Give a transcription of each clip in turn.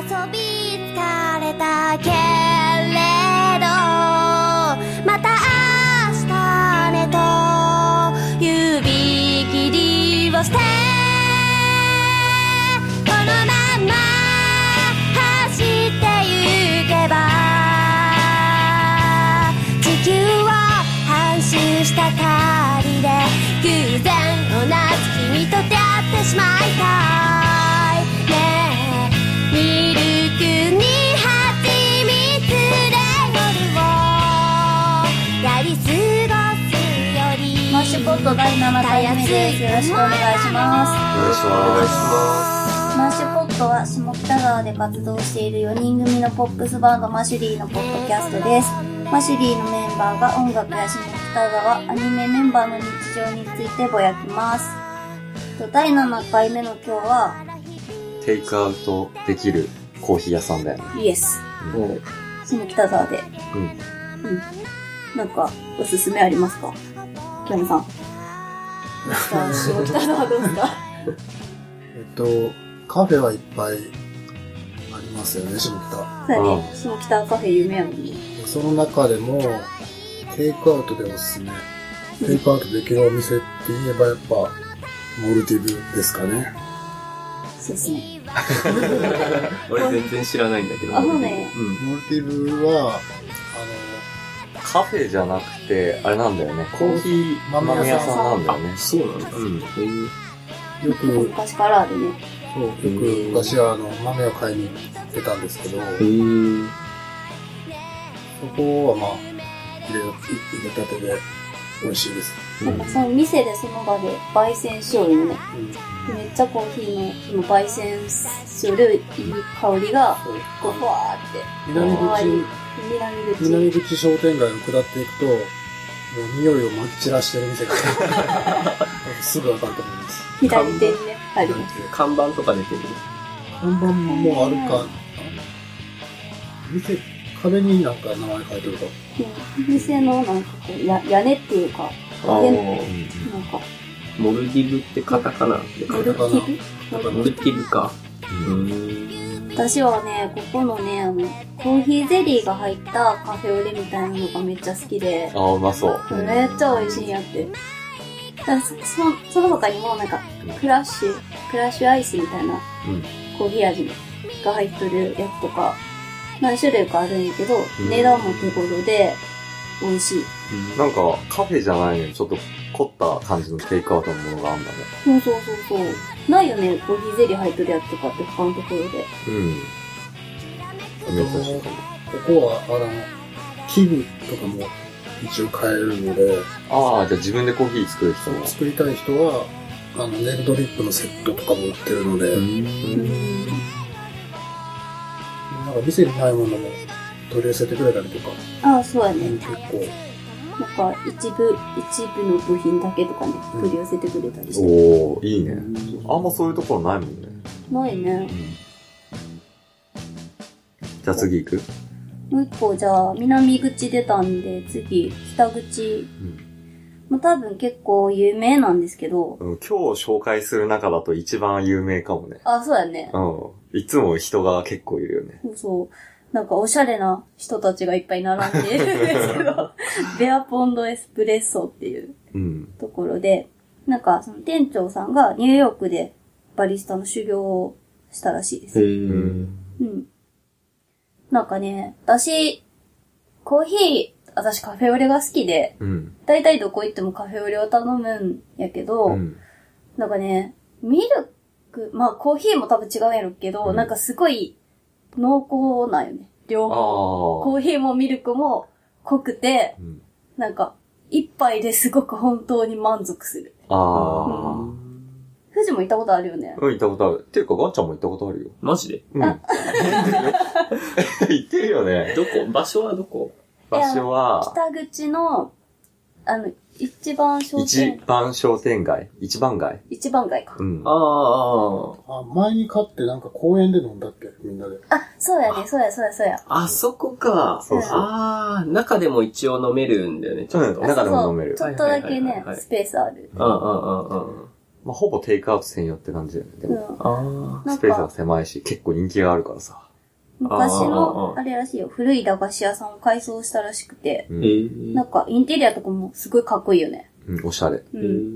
遊び疲れたけれどまた明日ねと指切りをしてこのまま走ってゆけば地球を半周した旅で偶然同じ君と出会ってしまいたいねえミルクに蜂蜜で夜をやり過ごすよりマッシュポット第7回目です。よろしくお願いします。 よろしくお願いします。 マッシュポットは下北沢で活動している4人組のポップスバンドマシュリーのポッドキャストです。マシュリーのメンバーが音楽や下北沢、アニメメンバーの日常についてぼやきます。第7回目の今日はテイクアウトできるコーヒー屋さんだよね。 イエス。下北沢で。なんかおすすめありますか？キャムさん。下北沢どうですか？ カフェはいっぱいありますよね、下北。 そうやね。下北カフェ有名やもんね。 その中でも、テイクアウトでおすすめ。テイクアウトできるお店って言えばやっぱ、モルティブですかね。 そうですね。 俺全然知らないんだけど。 そうね。 モルティブは、 カフェじゃなくて、あれなんだよね。コーヒー豆屋さんなんだよね。 そうなんだ。 よく、 昔からあるね。 そう、よく昔は豆を買いに行ってたんですけど、そこはまあ、入れたてで美味しいです。 なんかその店でその場で焙煎しようよね。めっちゃコーヒーのその焙煎するいい香りが、こう、ふわーって。 南口商店街を下っていくと、もう匂いをまき散らしてる店がすぐわかると思います。 左手にね、あります。 看板とか出てる。 看板もあるか、壁になんか名前書いてるか。 店のなんかこう、屋根っていうか、なんか、 モルディブってカタカナってモルティブ？ モルティブか。 私はね、ここのね、コーヒーゼリーが入ったカフェオレみたいなのがめっちゃ好きで。 うまそう。 めっちゃ美味しいんやって。その他にもなんか、クラッシュアイスみたいな、コーヒー味が入ってるやつとか、何種類かあるんやけど、値段も手頃で、美味しい。 なんか、カフェじゃないのにちょっと凝った感じのテイクアウトのものがあるんだね。 そう。ないよね、コーヒーゼリー入ってるやつとかって他のところで。 珍しいかも。 ここは、器具とかも一応買えるので。 じゃあ自分でコーヒー作る人も。 作りたい人は、ネルドリップのセットとかも売ってるので。なんか店にないものも取り寄せてくれたりとか。 そうやね。 結構。 なんか一部の部品だけとかね、取り寄せてくれたりして。 いいね。あんまそういうところないもんね。 ないね。 じゃあ次行く？ もう一個、じゃあ、南口出たんで、次、北口。もう多分結構有名なんですけど。 今日紹介する中だと一番有名かもね。 そうやね。 いつも人が結構いるよね。 そう。なんかおしゃれな人たちがいっぱい並んでいるんですけど、ベアポンドエスプレッソっていうところで、なんかその店長さんがニューヨークでバリスタの修行をしたらしいです。なんかね、私カフェオレが好きで、だいたいどこ行ってもカフェオレを頼むんやけど、なんかね、ミルク、コーヒーも多分違うんやろうけど、なんかすごい濃厚なんよね。両方。コーヒーもミルクも濃くて、なんか、一杯ですごく本当に満足する。富士も行ったことあるよね。 行ったことある。っていうか、ガンちゃんも行ったことあるよ。 マジで？ 行ってるよね。 場所はどこ？ 場所は、 北口の、一番商店街一番街か。 前に買ってなんか公園で飲んだっけみんなで。 そうやね、そうや。 あそこか。中でも一応飲めるんだよね、ちょっと。 中でも飲める。 ちょっとだけね、スペースある。 ほぼテイクアウト専用って感じだよね。でもスペースが狭いし、結構人気があるからさ。 昔の、あれらしいよ、古い駄菓子屋さんを改装したらしくて、なんかインテリアとかもすごいかっこいいよね。 おしゃれ。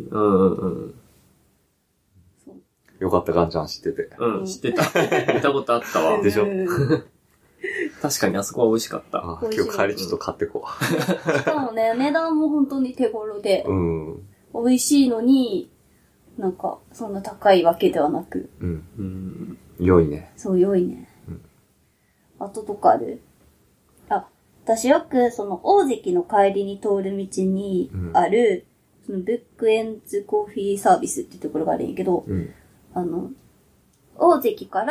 よかった、ガンちゃん知ってて。 知ってた。見たことあったわ。 でしょ確かにあそこは美味しかった。 今日帰りちょっと買ってこう。 しかもね、値段も本当に手頃で、美味しいのに、なんか、そんな高いわけではなく。 良いね。 そう、良いね。あととかある？私よく、その、大関の帰りに通る道にある、その、ブックエンズコーヒーサービスっていうところがあるんやけど、大関から、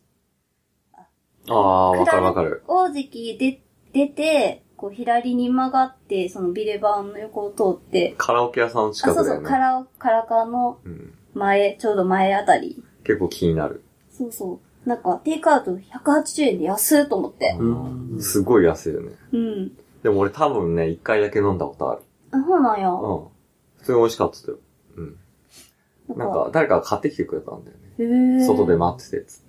わかるわかる。 大関で出て、こう左に曲がって、そのビレバンの横を通って、 カラオケ屋さんの近くだよね。 そうそう、カラカの前、ちょうど前あたり。 結構気になる。 そうそう。なんか、テイクアウト180円で安いと思って。 すごい安いよね。でも俺多分ね、1回だけ飲んだことある。 そうなんや。 普通に美味しかったよ。なんか、誰かが買ってきてくれたんだよね。外で待ってて、つって。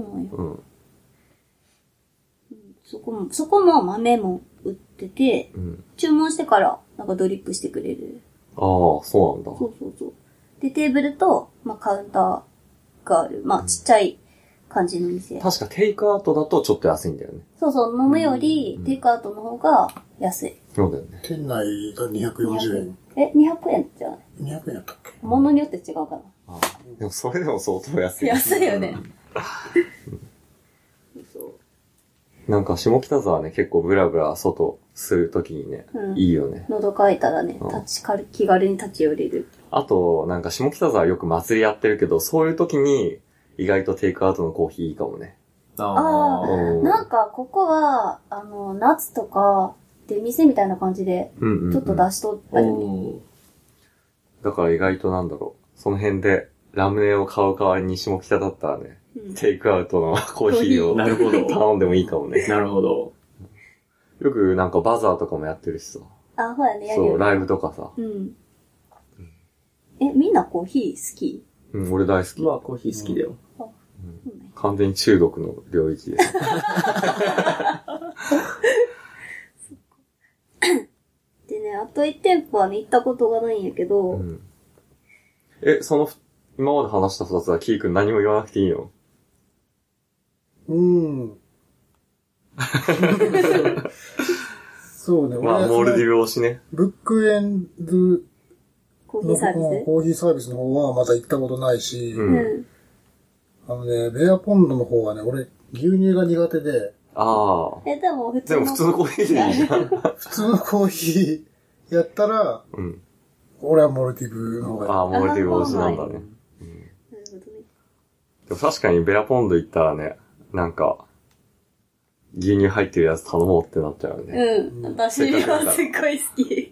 そこも豆も売ってて、注文してから、なんかドリップしてくれる。 そうなんだ。 そう。で、テーブルと、カウンターがある。ちっちゃい感じの店。 確かテイクアウトだとちょっと安いんだよね。 そう、飲むより、テイクアウトの方が安い。 そうだよね。 店内が240 200 円。 円じゃない ?200 円やったっけ？ 物によって違うかな。 でもそれでも相当安い。 安いよね。 なんか下北沢ね、結構ブラブラ外するときにね、いいよね。 喉乾いたらね、気軽に立ち寄れる。 あと、なんか下北沢よく祭りやってるけど、そういうときに意外とテイクアウトのコーヒーいいかもね。 なんかここは、夏とか、出店みたいな感じで、ちょっと出しとったよね。 だから意外となんだろう、その辺でラムネを買う代わりに下北だったらね、テイクアウトのコーヒーを頼んでもいいかもね。 なるほど。 よくなんかバザーとかもやってるしさ。 そうやね、やるよ。 そう、ライブとかさ。 みんなコーヒー好き？ 俺大好き。 コーヒー好きだよ。 完全に中毒の領域です。 でね、あと1店舗はね、行ったことがないんやけど、 今まで話した2つはキーくん何も言わなくていいの？ そうね。 モールディブ推しね。 ブックエンズコーヒーサービス？ コーヒーサービスの方はまだ行ったことないし、ベアポンドの方はね、俺、牛乳が苦手で。 でも普通のコーヒーでいいじゃん。 普通のコーヒーやったら、俺はモルティブの方がいい。 モルティブ推しなんだね。でも確かにベアポンド行ったらね、なんか、牛乳入ってるやつ頼もうってなっちゃうよね。 私はすっごい好き。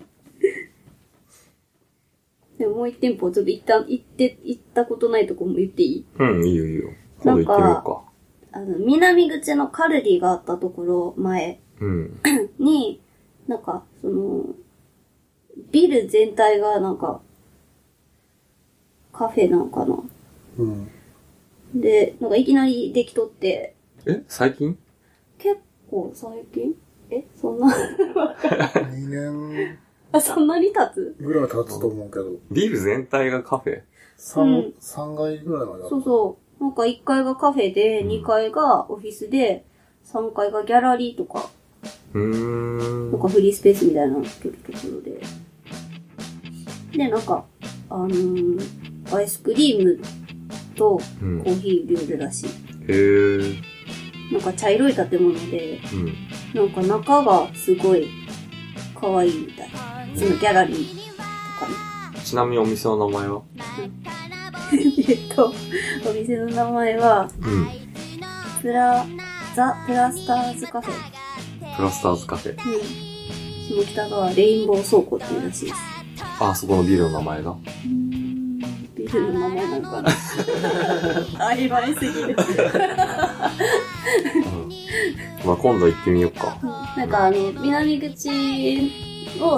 でももう1店舗ちょっと行ったことないとこも言っていい？ いいよいいよ。今度行ってみようか。 南口のカルディがあったところ前に、なんか、ビル全体がなんか、カフェなんかな。で、なんかいきなりできとって。 最近？ 結構最近？そんな 2年。 そんなに経つ？ ぐらい経つと思うけど。 ビル全体がカフェ ？3階ぐらいまである。 そう。なんか1階がカフェで、2階がオフィスで、3階がギャラリーとか。なんかフリースペースみたいなのつけるところで。で、なんか、アイスクリームとコーヒー料理らしい。なんか茶色い建物で、なんか中がすごい可愛いみたい。そのギャラリーとかね。 ちなみにお店の名前は？ お店の名前は、プラスターズカフェ。 プラスターズカフェ。 下北沢レインボー倉庫っていうらしいです。 そこのビルの名前が？ ビルの名前なのかな？曖昧すぎる。 今度行ってみようか。 なんか南口を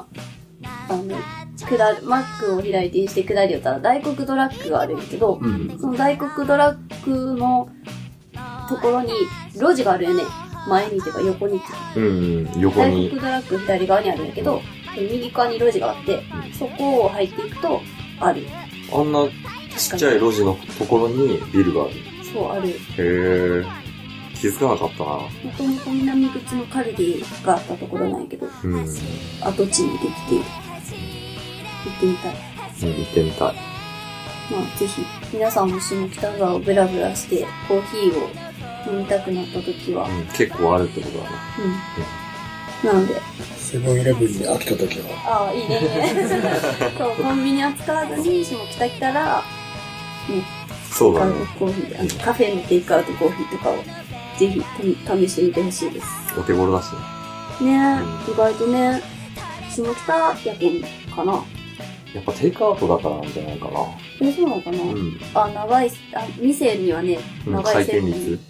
マックを開いてして下り寄ったら大黒ドラッグがあるんだけど、その大黒ドラッグのところに路地があるよね。前にっていうか横にっていうか。 横に。 大福ドラッグ左側にあるんやけど、右側に路地があって、そこを入っていくと、ある。 あんなちっちゃい路地のところにビルがある。 そう、ある。 へー。気づかなかったな。 もともと南口のカルディがあったところなんやけど、跡地にできて、行ってみたい。 行ってみたい。 まあ、ぜひ、皆さんも下北沢をブラブラして、コーヒーを飲みたくなった時は、 結構あるってことだね。 なので、 セブンイレブンに飽きた時は。 ああ、いいね。そう、コンビニ扱わずに下北来たら、ね、 そうだね。 コーヒー、カフェのテイクアウトコーヒーとかを、ぜひ試してみてほしいです。 お手頃だしね。ね、意外とね、下北やけんかな。 やっぱテイクアウトだからなんじゃないかな。 そうなのかな、長い、店にはね、長い回転率。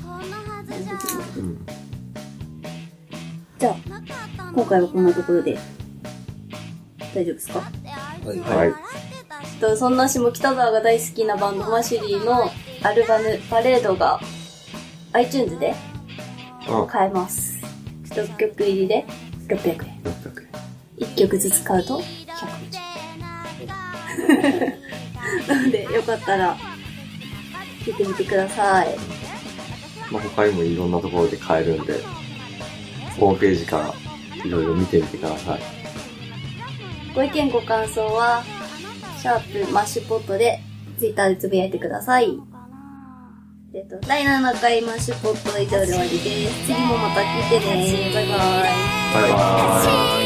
じゃあ、今回はこんなところで、大丈夫ですか？ はい。 そんな下北沢が大好きなバンドマシュリーのアルバムパレードが iTunes で買えます。6曲入りで600円。1曲ずつ買うと150円。なので、よかったら聴いてみてください。 まあ、他にもいろんなところで買えるんで、ホームページからいろいろ見てみてください。 ご意見ご感想は、シャープマッシュポットでツイッターでつぶやいてください。第7回マッシュポット以上で終わりです。次もまた聞いてね。バイバイ。 バイバイ。